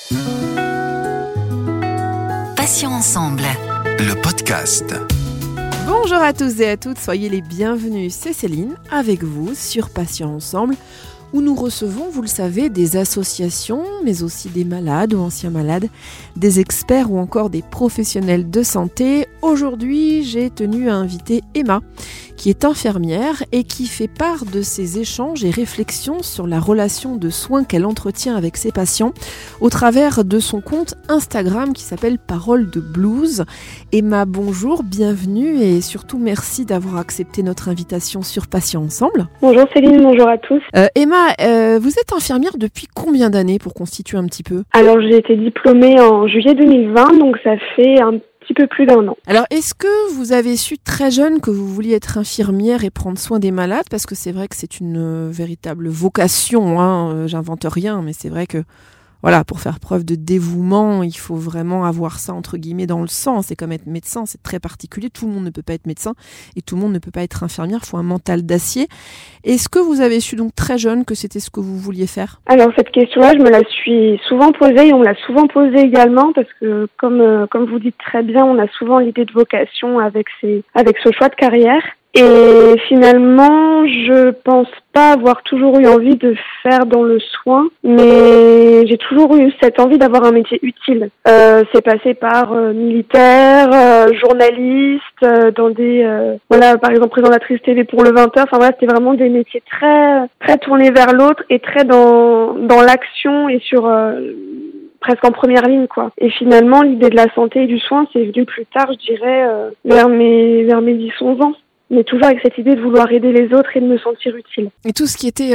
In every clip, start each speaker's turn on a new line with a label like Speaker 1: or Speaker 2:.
Speaker 1: Patients ensemble.
Speaker 2: Le podcast.
Speaker 3: Bonjour à tous et à toutes, soyez les bienvenus. C'est Céline avec vous sur Patients ensemble, où nous recevons, vous le savez, des associations, mais aussi des malades ou anciens malades, des experts ou encore des professionnels de santé. Aujourd'hui, j'ai tenu à inviter Emma, qui est infirmière et qui fait part de ses échanges et réflexions sur la relation de soins qu'elle entretient avec ses patients au travers de son compte Instagram qui s'appelle Parole de Blues. Emma, bonjour, bienvenue et surtout merci d'avoir accepté notre invitation sur Patients ensemble.
Speaker 4: Bonjour Céline, bonjour à tous.
Speaker 3: Emma, vous êtes infirmière depuis combien d'années pour constituer un petit peu ?
Speaker 4: Alors j'ai été diplômée en juillet 2020, donc ça fait un petit peu plus d'1 an.
Speaker 3: Alors, est-ce que vous avez su très jeune que vous vouliez être infirmière et prendre soin des malades ? Parce que c'est vrai que c'est une véritable vocation, j'invente rien, mais c'est vrai que voilà, pour faire preuve de dévouement, il faut vraiment avoir ça entre guillemets dans le sang. C'est comme être médecin, c'est très particulier. Tout le monde ne peut pas être médecin et tout le monde ne peut pas être infirmière. Il faut un mental d'acier. Est-ce que vous avez su donc très jeune que c'était ce que vous vouliez faire ?
Speaker 4: Alors cette question-là, je me la suis souvent posée et on me l'a souvent posée également parce que comme vous dites très bien, on a souvent l'idée de vocation avec ce choix de carrière. Et finalement, je pense pas avoir toujours eu envie de faire dans le soin, mais j'ai toujours eu cette envie d'avoir un métier utile. C'est passé par militaire, journaliste, dans des par exemple présentatrice TV pour le 20h. Enfin voilà, c'était vraiment des métiers très très tournés vers l'autre et très dans l'action et sur presque en première ligne, quoi. Et finalement, l'idée de la santé et du soin, c'est venu plus tard, je dirais, vers mes 10-11 ans. Mais toujours avec cette idée de vouloir aider les autres et de me sentir utile.
Speaker 3: Et tout ce qui était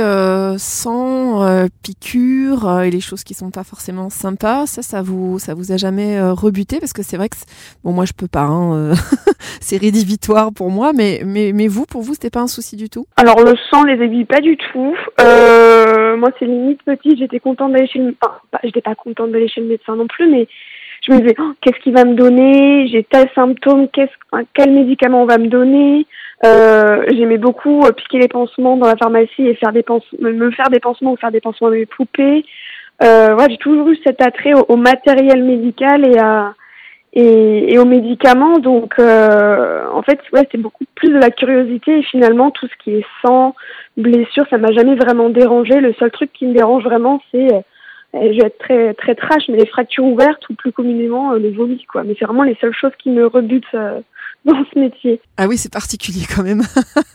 Speaker 3: sang, piqûres et les choses qui sont pas forcément sympas, ça vous a jamais rebuté ? Parce que c'est vrai que moi je peux pas, c'est rédhibitoire pour moi, mais pour vous c'était pas un souci du tout ?
Speaker 4: Alors le sang les aiguilles pas du tout. Moi c'est limite petite, j'étais contente d'aller j'étais pas contente d'aller chez le médecin non plus, mais je me disais qu'est-ce qu'il va me donner ? J'ai tel symptôme, quel médicament on va me donner ? J'aimais beaucoup piquer les pansements dans la pharmacie et me faire des pansements ou faire des pansements avec mes poupées. J'ai toujours eu cet attrait au matériel médical et aux médicaments. Donc, en fait, c'était beaucoup plus de la curiosité et finalement, tout ce qui est sang, blessure, ça m'a jamais vraiment dérangé. Le seul truc qui me dérange vraiment, c'est, je vais être très, très trash, mais les fractures ouvertes ou plus communément les vomis, quoi. Mais c'est vraiment les seules choses qui me rebutent dans ce métier.
Speaker 3: Ah oui, c'est particulier quand même.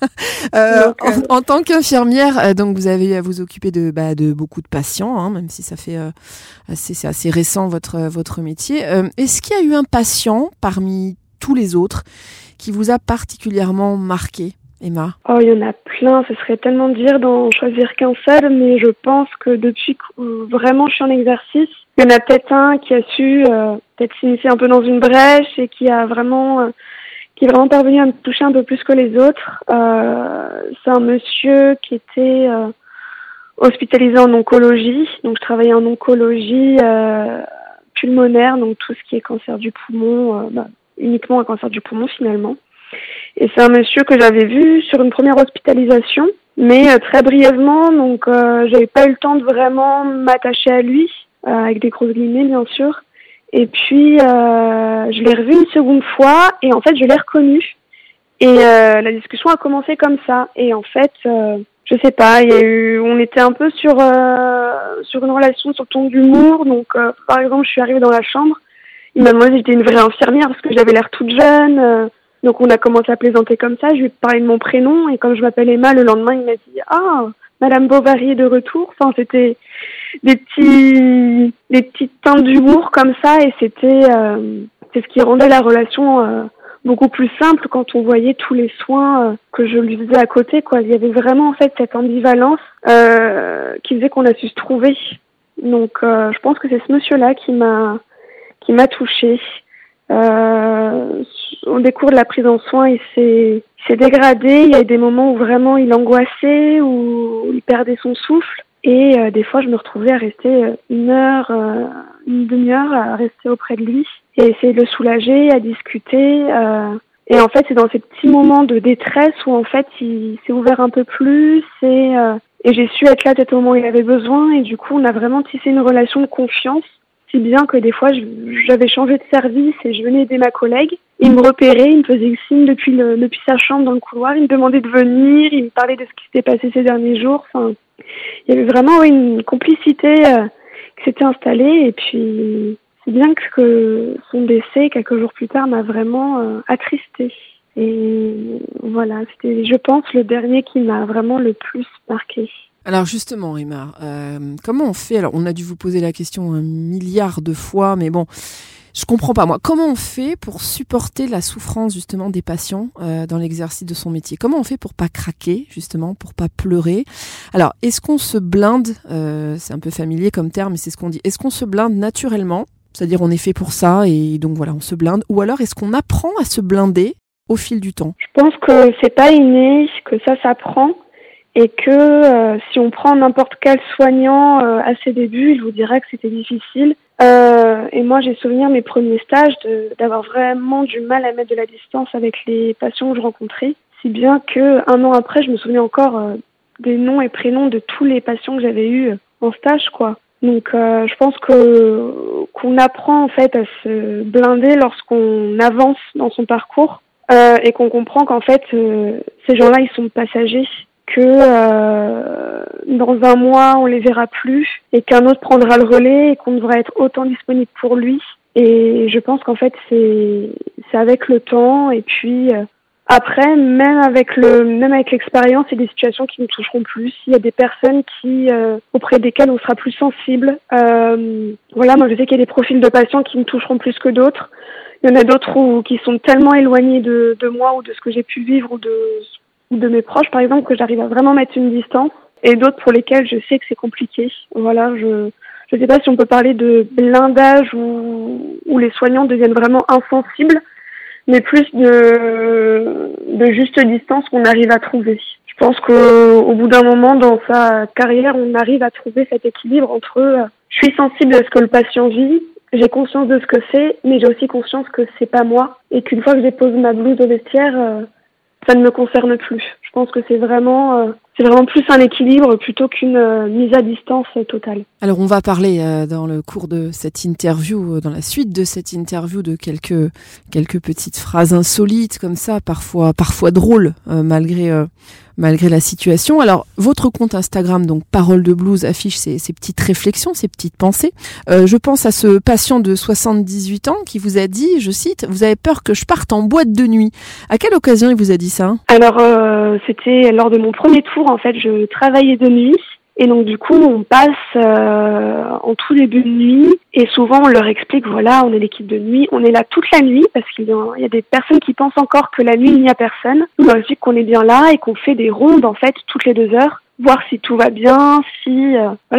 Speaker 3: En tant qu'infirmière, donc vous avez à vous occuper de beaucoup de patients, même si ça fait c'est assez récent votre métier. Est-ce qu'il y a eu un patient parmi tous les autres qui vous a particulièrement marqué, Emma ?
Speaker 4: Oh, il y en a plein. Ce serait tellement dire d'en choisir qu'un seul, mais je pense que depuis que vraiment je suis en exercice, il y en a peut-être un qui a su peut-être s'initier un peu dans une brèche et qui est vraiment parvenu à me toucher un peu plus que les autres. C'est un monsieur qui était hospitalisé en oncologie. Donc je travaillais en oncologie pulmonaire, donc tout ce qui est cancer du poumon, uniquement un cancer du poumon finalement. Et c'est un monsieur que j'avais vu sur une première hospitalisation, mais très brièvement, donc j'avais pas eu le temps de vraiment m'attacher à lui, avec des grosses guillemets bien sûr. Et puis, je l'ai revu une seconde fois et en fait, je l'ai reconnu. Et la discussion a commencé comme ça. Et en fait, je sais pas, on était un peu sur une relation sur le ton d'humour. Donc, par exemple, je suis arrivée dans la chambre. Il m'a demandé si j'étais une vraie infirmière parce que j'avais l'air toute jeune. Donc, on a commencé à plaisanter comme ça. Je lui ai parlé de mon prénom et comme je m'appelle Emma, le lendemain, il m'a dit « Ah, Madame Bovary est de retour ». Enfin, c'était des petites teintes d'humour comme ça et c'est ce qui rendait la relation beaucoup plus simple quand on voyait tous les soins que je lui faisais à côté, quoi. Il y avait vraiment en fait cette ambivalence qui faisait qu'on a su se trouver. Donc je pense que c'est ce monsieur-là qui m'a touchée. Au décours de la prise en soin, il s'est dégradé. Il y a eu des moments où vraiment il angoissait, où il perdait son souffle. Et des fois, je me retrouvais à rester une heure, une demi-heure à rester auprès de lui et essayer de le soulager, à discuter. Et en fait, c'est dans ces petits moments de détresse où en fait, il s'est ouvert un peu plus et j'ai su être là peut-être au moment où il avait besoin. Et du coup, on a vraiment tissé une relation de confiance si bien que des fois j'avais changé de service et je venais aider ma collègue. Il me repérait, il me faisait signe depuis sa chambre dans le couloir, il me demandait de venir, il me parlait de ce qui s'était passé ces derniers jours. Enfin, il y avait vraiment une complicité qui s'était installée, et puis c'est bien que son décès quelques jours plus tard m'a vraiment attristée. Et voilà, c'était, je pense, le dernier qui m'a vraiment le plus marqué.
Speaker 3: Alors justement, Emma, comment on fait ? Alors on a dû vous poser la question 1 milliard de fois, mais bon, je comprends pas moi. Comment on fait pour supporter la souffrance justement des patients dans l'exercice de son métier ? Comment on fait pour pas craquer justement, pour pas pleurer ? Alors est-ce qu'on se blinde ? C'est un peu familier comme terme, mais c'est ce qu'on dit. Est-ce qu'on se blinde naturellement ? C'est-à-dire on est fait pour ça et donc voilà, on se blinde. Ou alors est-ce qu'on apprend à se blinder au fil du temps ?
Speaker 4: Je pense que c'est pas inné, que ça s'apprend. Et que si on prend n'importe quel soignant à ses débuts, il vous dira que c'était difficile. Et moi, j'ai souvenir mes premiers stages d'avoir vraiment du mal à mettre de la distance avec les patients que je rencontrais. Si bien que 1 an après, je me souvenais encore des noms et prénoms de tous les patients que j'avais eus en stage, quoi. Donc, je pense qu'on apprend en fait à se blinder lorsqu'on avance dans son parcours et qu'on comprend qu'en fait, ces gens-là, ils sont passagers. Que dans 1 mois on les verra plus et qu'un autre prendra le relais et qu'on devra être autant disponible pour lui. Et je pense qu'en fait c'est avec le temps et puis après même avec l'expérience, il y a des situations qui nous toucheront plus. Il y a des personnes auprès desquelles on sera plus sensible. Voilà, moi je sais qu'il y a des profils de patients qui me toucheront plus que d'autres. Il y en a d'autres qui sont tellement éloignés de moi ou de ce que j'ai pu vivre ou de mes proches, par exemple, que j'arrive à vraiment mettre une distance, et d'autres pour lesquels je sais que c'est compliqué. Voilà, je sais pas si on peut parler de blindage où les soignants deviennent vraiment insensibles, mais plus de juste distance qu'on arrive à trouver. Je pense qu'au bout d'un moment dans sa carrière, on arrive à trouver cet équilibre entre je suis sensible à ce que le patient vit, j'ai conscience de ce que c'est, mais j'ai aussi conscience que c'est pas moi, et qu'une fois que j'ai posé ma blouse au vestiaire, ça ne me concerne plus. Je pense que c'est vraiment plus un équilibre plutôt qu'une mise à distance totale.
Speaker 3: Alors on va parler dans le cours de cette interview, dans la suite de cette interview, de quelques petites phrases insolites comme ça, parfois drôles malgré la situation. Alors votre compte Instagram, donc Parole de Blues, affiche ces petites réflexions, ces petites pensées. Je pense à ce patient de 78 ans qui vous a dit, je cite, « Vous avez peur que je parte en boîte de nuit ». À quelle occasion il vous a dit ça ?
Speaker 4: Alors c'était lors de mon premier tour, en fait, je travaillais de nuit. Et donc du coup, on passe en tout début de nuit et souvent on leur explique, voilà, on est l'équipe de nuit, on est là toute la nuit parce qu'il y a des personnes qui pensent encore que la nuit il n'y a personne. On leur explique qu'on est bien là et qu'on fait des rondes en fait toutes les 2 heures, voir si tout va bien, si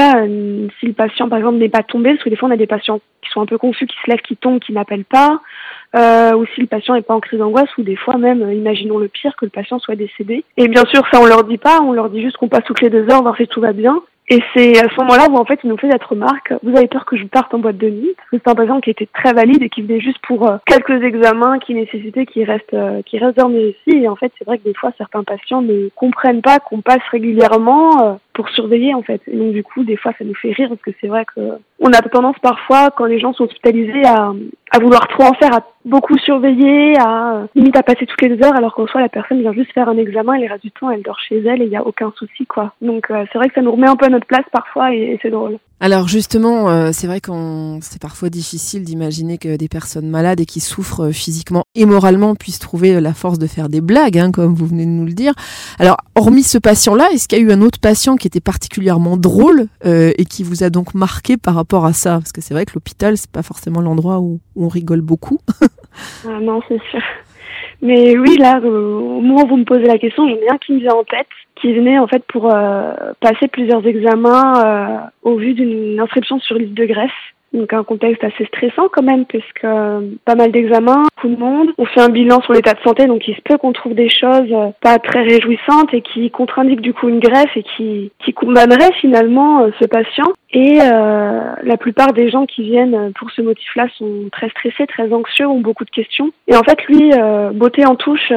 Speaker 4: le patient par exemple n'est pas tombé, parce que des fois on a des patients qui sont un peu confus, qui se lèvent, qui tombent, qui n'appellent pas. Ou si le patient n'est pas en crise d'angoisse, ou des fois même, imaginons le pire, que le patient soit décédé. Et bien sûr, ça on leur dit pas, on leur dit juste qu'on passe toutes les 2 heures, voir si tout va bien. Et c'est à ce moment-là où en fait il nous fait cette remarque, vous avez peur que je parte en boîte de nuit, parce que c'est un patient qui était très valide et qui venait juste pour quelques examens qui nécessitaient qu'il reste dormir ici. Et en fait c'est vrai que des fois certains patients ne comprennent pas qu'on passe régulièrement pour surveiller en fait. Et donc du coup des fois ça nous fait rire parce que c'est vrai que on a tendance parfois quand les gens sont hospitalisés à vouloir trop en faire, à beaucoup surveiller, limite à passer toutes les 2 heures, alors qu'en soi la personne vient juste faire un examen et le reste du temps elle dort chez elle et il n'y a aucun souci quoi. Donc c'est vrai que ça nous remet un peu à notre place parfois et c'est drôle.
Speaker 3: Alors justement, c'est vrai que c'est parfois difficile d'imaginer que des personnes malades et qui souffrent physiquement et moralement puissent trouver la force de faire des blagues, comme vous venez de nous le dire. Alors, hormis ce patient-là, est-ce qu'il y a eu un autre patient qui était particulièrement drôle et qui vous a donc marqué par rapport à ça ? Parce que c'est vrai que l'hôpital, c'est pas forcément l'endroit où on rigole beaucoup.
Speaker 4: Ah non, c'est sûr. Mais oui, là, au moment où vous me posez la question, j'en ai un qui me vient en tête, qui venait en fait pour passer plusieurs examens au vu d'une inscription sur liste de greffe. Donc un contexte assez stressant quand même, puisque pas mal d'examens, beaucoup de monde. On fait un bilan sur l'état de santé, donc il se peut qu'on trouve des choses pas très réjouissantes et qui contre-indiquent du coup une greffe et qui condamneraient finalement ce patient. Et la plupart des gens qui viennent pour ce motif-là sont très stressés, très anxieux, ont beaucoup de questions. Et en fait, lui, beauté en touche,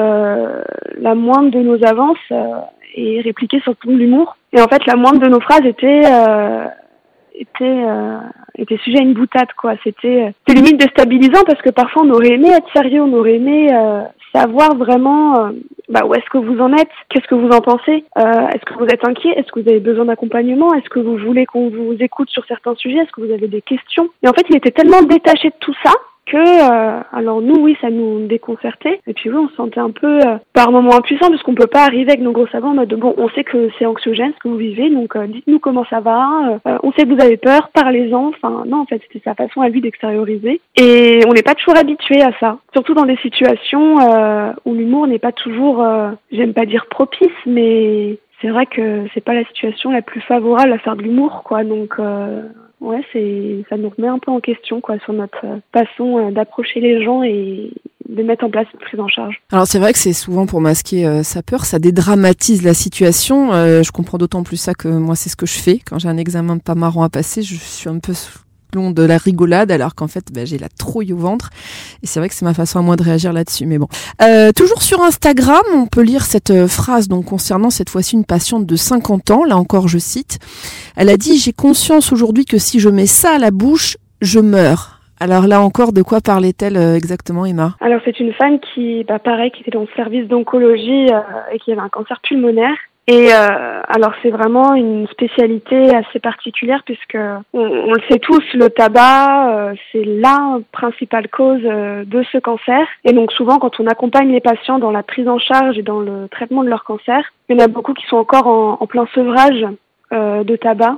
Speaker 4: la moindre de nos avances et répliquer sur le ton de l'humour. Et en fait, la moindre de nos phrases était était sujet à une boutade, quoi. C'était limite déstabilisant parce que parfois on aurait aimé être sérieux, on aurait aimé savoir vraiment où est-ce que vous en êtes, qu'est-ce que vous en pensez, est-ce que vous êtes inquiet, est-ce que vous avez besoin d'accompagnement, est-ce que vous voulez qu'on vous écoute sur certains sujets, est-ce que vous avez des questions. Et en fait, il était tellement détaché de tout ça que, alors nous, oui, ça nous déconcertait. Et puis oui, on se sentait un peu, par moments impuissants, parce qu'on peut pas arriver avec nos gros sabots en mode, bon, on sait que c'est anxiogène ce que vous vivez, donc dites-nous comment ça va, on sait que vous avez peur, parlez-en. Enfin, non, en fait, c'était sa façon à lui d'extérioriser. Et on n'est pas toujours habitué à ça. Surtout dans des situations où l'humour n'est pas toujours, j'aime pas dire propice, mais c'est vrai que c'est pas la situation la plus favorable à faire de l'humour, quoi. Donc, ouais, ça nous remet un peu en question, quoi, sur notre façon d'approcher les gens et de mettre en place une prise en charge.
Speaker 3: Alors c'est vrai que c'est souvent pour masquer sa peur, ça dédramatise la situation. Je comprends d'autant plus ça que moi c'est ce que je fais quand j'ai un examen pas marrant à passer. Je suis un peu long de la rigolade alors qu'en fait j'ai la trouille au ventre et c'est vrai que c'est ma façon à moi de réagir là-dessus. Mais bon, toujours sur Instagram, on peut lire cette phrase donc concernant cette fois-ci une patiente de 50 ans. Là encore, je cite. Elle a dit: j'ai conscience aujourd'hui que si je mets ça à la bouche, je meurs. Alors là encore, de quoi parlait-elle exactement, Emma ?
Speaker 4: Alors c'est une femme qui, pareil, qui était dans le service d'oncologie et qui avait un cancer pulmonaire. Et alors c'est vraiment une spécialité assez particulière puisque on le sait tous, le tabac c'est la principale cause de ce cancer. Et donc souvent quand on accompagne les patients dans la prise en charge et dans le traitement de leur cancer, il y en a beaucoup qui sont encore en plein sevrage de tabac.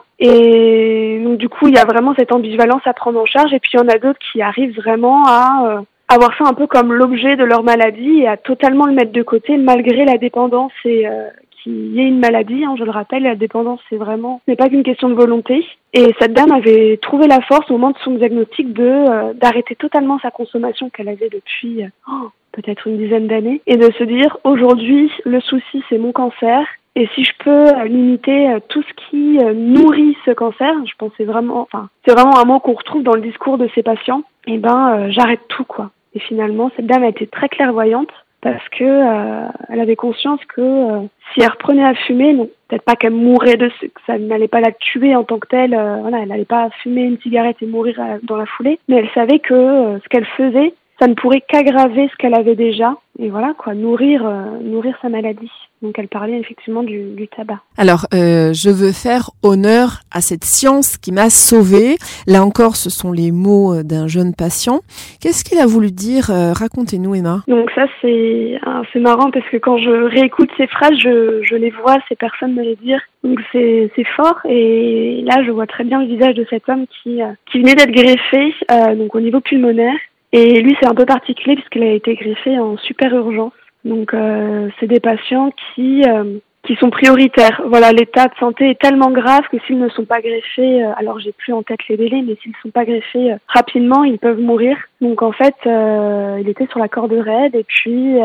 Speaker 4: Et donc du coup il y a vraiment cette ambivalence à prendre en charge. Et puis il y en a d'autres qui arrivent vraiment à avoir ça un peu comme l'objet de leur maladie et à totalement le mettre de côté malgré la dépendance et qu'il y ait une maladie, je le rappelle, la dépendance ce n'est pas qu'une question de volonté. Et cette dame avait trouvé la force au moment de son diagnostic d'arrêter totalement sa consommation qu'elle avait depuis peut-être une dizaine d'années et de se dire aujourd'hui le souci c'est mon cancer et si je peux limiter tout ce qui nourrit ce cancer, je pense c'est vraiment un mot qu'on retrouve dans le discours de ces patients, et j'arrête tout, quoi. Et finalement cette dame a été très clairvoyante parce que elle avait conscience que si elle reprenait à fumer, non, peut-être pas qu'elle mourrait que ça n'allait pas la tuer en tant que telle, elle n'allait pas fumer une cigarette et mourir dans la foulée, mais elle savait que ce qu'elle faisait, ça ne pourrait qu'aggraver ce qu'elle avait déjà, et voilà, quoi, nourrir sa maladie. Donc elle parlait effectivement du tabac.
Speaker 3: Alors, je veux faire honneur à cette science qui m'a sauvée. Là encore, ce sont les mots d'un jeune patient. Qu'est-ce qu'il a voulu dire ? Racontez-nous, Emma.
Speaker 4: Donc ça, c'est marrant parce que quand je réécoute ces phrases, je les vois, ces personnes me les dire. Donc c'est fort. Et là, je vois très bien le visage de cet homme qui venait d'être greffé, donc au niveau pulmonaire. Et lui, c'est un peu particulier puisqu'il a été greffé en super urgence. Donc, c'est des patients qui sont prioritaires. Voilà, l'état de santé est tellement grave que s'ils ne sont pas greffés, alors j'ai plus en tête les délais, mais s'ils ne sont pas greffés rapidement, ils peuvent mourir. Donc en fait, il était sur la corde raide et puis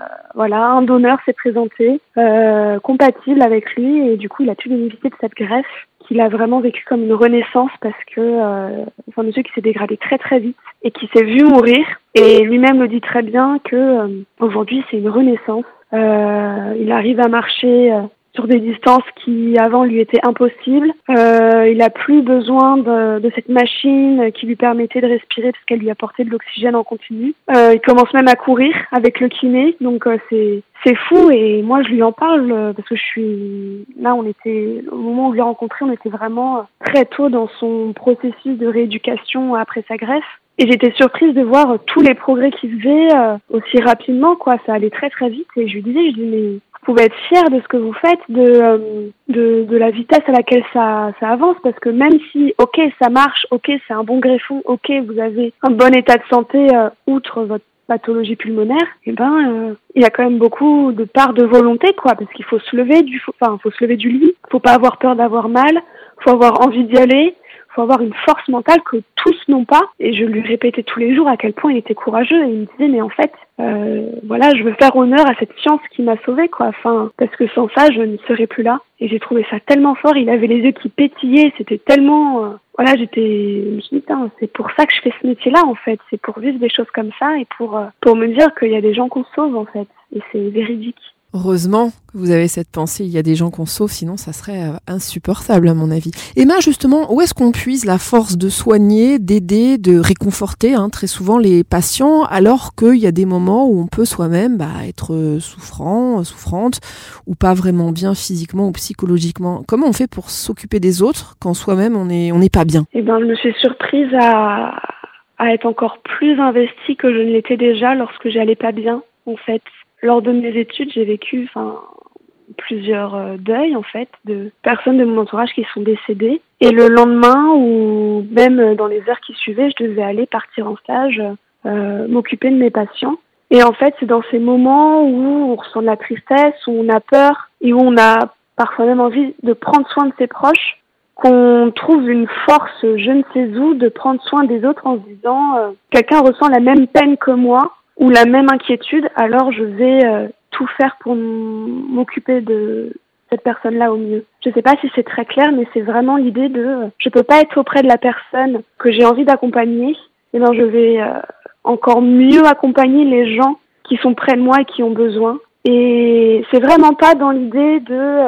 Speaker 4: un donneur s'est présenté, compatible avec lui et du coup, il a pu bénéficier de cette greffe qu'il a vraiment vécu comme une renaissance parce que c'est un monsieur qui s'est dégradé très très vite et qui s'est vu mourir et lui-même le dit très bien que aujourd'hui c'est une renaissance. Il arrive à marcher sur des distances qui avant lui étaient impossibles. Il a plus besoin de cette machine qui lui permettait de respirer parce qu'elle lui apportait de l'oxygène en continu. Il commence même à courir avec le kiné, donc c'est fou et moi je lui en parle parce que au moment où je l'ai rencontré, on était vraiment très tôt dans son processus de rééducation après sa greffe. Et j'étais surprise de voir tous les progrès qu'il faisait aussi rapidement, quoi. Ça allait très très vite et je lui disais, mais vous pouvez être fiers de ce que vous faites, de la vitesse à laquelle ça avance, parce que même si, ok, ça marche, ok, c'est un bon greffon, ok, vous avez un bon état de santé outre votre pathologie pulmonaire, il y a quand même beaucoup de part de volonté, quoi, parce qu'il faut se lever faut se lever du lit, faut pas avoir peur d'avoir mal, faut avoir envie d'y aller. Faut avoir une force mentale que tous n'ont pas. Et je lui répétais tous les jours à quel point il était courageux. Et il me disait, mais en fait, je veux faire honneur à cette science qui m'a sauvée, quoi. Parce que sans ça, je ne serais plus là. Et j'ai trouvé ça tellement fort. Il avait les yeux qui pétillaient. C'était tellement... je me suis dit, c'est pour ça que je fais ce métier-là, en fait. C'est pour vivre des choses comme ça et pour me dire qu'il y a des gens qu'on sauve, en fait. Et c'est véridique.
Speaker 3: Heureusement que vous avez cette pensée, il y a des gens qu'on sauve, sinon ça serait insupportable à mon avis. Emma, justement, où est-ce qu'on puise la force de soigner, d'aider, de réconforter très souvent les patients, alors qu'il y a des moments où on peut soi-même être souffrante, ou pas vraiment bien physiquement ou psychologiquement. Comment on fait pour s'occuper des autres quand soi-même on n'est pas bien?
Speaker 4: Je me suis surprise à être encore plus investie que je ne l'étais déjà lorsque j'allais pas bien, en fait. Lors de mes études, j'ai vécu plusieurs deuils, en fait, de personnes de mon entourage qui sont décédées. Et le lendemain, ou même dans les heures qui suivaient, je devais aller partir en stage, m'occuper de mes patients. Et en fait, c'est dans ces moments où on ressent de la tristesse, où on a peur, et où on a parfois même envie de prendre soin de ses proches, qu'on trouve une force, je ne sais où, de prendre soin des autres en se disant quelqu'un ressent la même peine que moi, ou la même inquiétude, alors je vais tout faire pour m'occuper de cette personne-là au mieux. Je ne sais pas si c'est très clair, mais c'est vraiment l'idée de je peux pas être auprès de la personne que j'ai envie d'accompagner, je vais encore mieux accompagner les gens qui sont près de moi et qui ont besoin. Et c'est vraiment pas dans l'idée de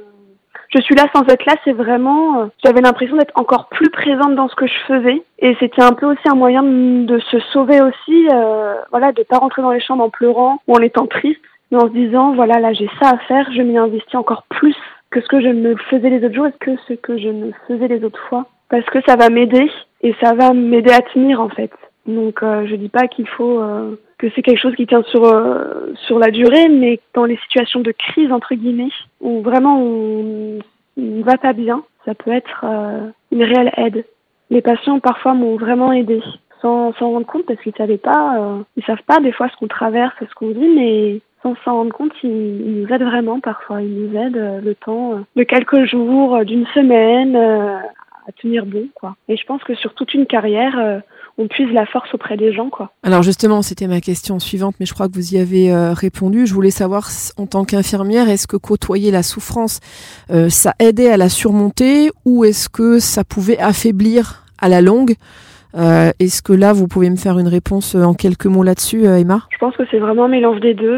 Speaker 4: je suis là sans être là, c'est vraiment j'avais l'impression d'être encore plus présente dans ce que je faisais, et c'était un peu aussi un moyen de se sauver aussi, de pas rentrer dans les chambres en pleurant ou en étant triste, mais en se disant là j'ai ça à faire, je m'y investis encore plus que ce que je me faisais les autres jours et que ce que je me faisais les autres fois, parce que ça va m'aider et ça va m'aider à tenir en fait. Donc je dis pas qu'il faut que c'est quelque chose qui tient sur la durée, mais dans les situations de crise entre guillemets, où vraiment on ne va pas bien, ça peut être une réelle aide. Les patients parfois m'ont vraiment aidée sans s'en rendre compte, parce qu'ils savent pas des fois ce qu'on traverse, ce qu'on vit, mais sans s'en rendre compte, ils nous aident vraiment parfois. Ils nous aident le temps de quelques jours, d'une semaine, à tenir bon, quoi. Et je pense que sur toute une carrière, on puise la force auprès des gens, quoi.
Speaker 3: Alors justement, c'était ma question suivante, mais je crois que vous y avez répondu. Je voulais savoir, en tant qu'infirmière, est-ce que côtoyer la souffrance, ça aidait à la surmonter, ou est-ce que ça pouvait affaiblir à la longue? Est-ce que là, vous pouvez me faire une réponse en quelques mots là-dessus, Emma?
Speaker 4: Je pense que c'est vraiment un mélange des deux.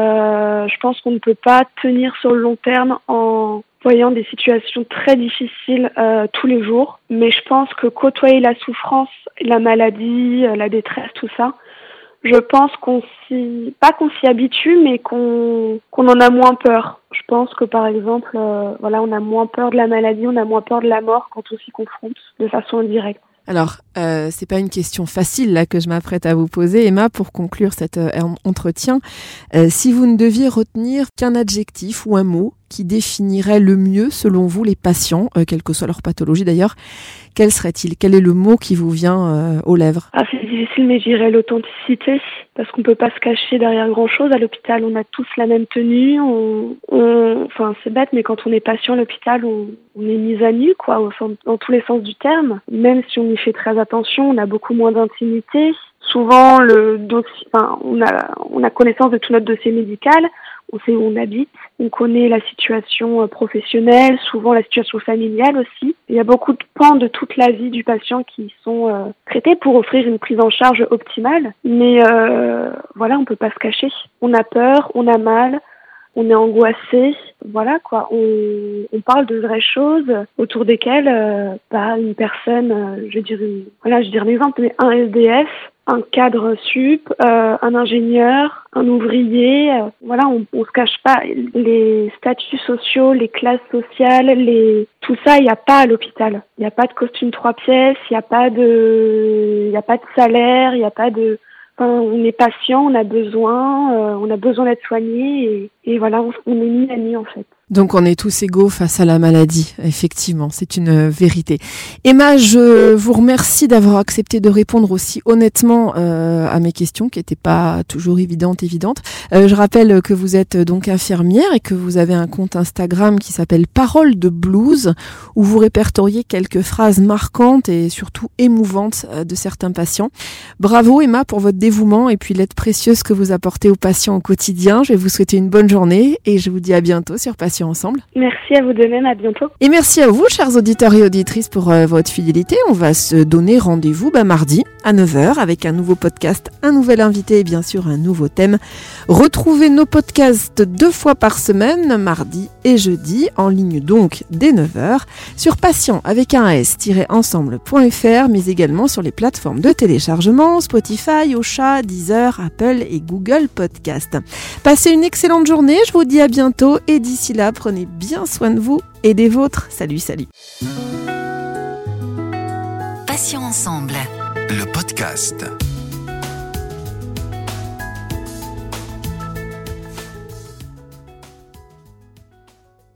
Speaker 4: Je pense qu'on ne peut pas tenir sur le long terme en voyant des situations très difficiles tous les jours. Mais je pense que côtoyer la souffrance, la maladie, la détresse, tout ça, je pense qu'on s'y habitue, mais qu'on en a moins peur. Je pense que par exemple, on a moins peur de la maladie, on a moins peur de la mort quand on s'y confronte de façon indirecte.
Speaker 3: Alors, c'est pas une question facile là que je m'apprête à vous poser, Emma, pour conclure cet entretien. Si vous ne deviez retenir qu'un adjectif ou un mot qui définirait le mieux, selon vous, les patients, quelle que soit leur pathologie d'ailleurs, quel serait-il? Quel est le mot qui vous vient aux lèvres?
Speaker 4: C'est difficile, mais je dirais l'authenticité, parce qu'on peut pas se cacher derrière grand-chose. À l'hôpital, on a tous la même tenue. C'est bête, mais quand on est patient à l'hôpital, on est mis à nu, quoi, dans tous les sens du terme. Même si on y fait très attention, on a beaucoup moins d'intimité. Souvent, on a connaissance de tout notre dossier médical. On sait où on habite, on connaît la situation professionnelle, souvent la situation familiale aussi. Il y a beaucoup de pans de toute la vie du patient qui sont traités pour offrir une prise en charge optimale. Mais on peut pas se cacher. On a peur, on a mal, on est angoissé. Voilà quoi, on parle de vraies choses autour desquelles une personne, je vais dire un exemple, mais un SDF, un cadre sup, un ingénieur, un ouvrier, on se cache pas. Les statuts sociaux, les classes sociales, tout ça, il n'y a pas à l'hôpital. Il n'y a pas de costume 3 pièces, il n'y a pas de salaire, il n'y a pas de... on est patient, on a besoin d'être soigné, et on est mis à nu en fait.
Speaker 3: Donc on est tous égaux face à la maladie, effectivement, c'est une vérité. Emma, je vous remercie d'avoir accepté de répondre aussi honnêtement à mes questions, qui n'étaient pas toujours évidentes. Je rappelle que vous êtes donc infirmière et que vous avez un compte Instagram qui s'appelle Parole de Blues, où vous répertoriez quelques phrases marquantes et surtout émouvantes de certains patients. Bravo Emma pour votre dévouement et puis l'aide précieuse que vous apportez aux patients au quotidien. Je vais vous souhaiter une bonne journée et je vous dis à bientôt sur Patients Patients Ensemble.
Speaker 4: Merci à vous de même, à bientôt.
Speaker 3: Et merci à vous, chers auditeurs et auditrices, pour votre fidélité. On va se donner rendez-vous mardi à 9h avec un nouveau podcast, un nouvel invité et bien sûr un nouveau thème. Retrouvez nos podcasts 2 fois par semaine, mardi et jeudi, en ligne donc dès 9h, sur patient avec un s-ensemble.fr, mais également sur les plateformes de téléchargement, Spotify, Ocha, Deezer, Apple et Google Podcast. Passez une excellente journée, je vous dis à bientôt et d'ici là, prenez bien soin de vous et des vôtres. Salut.
Speaker 1: Patients Ensemble.
Speaker 2: Le podcast.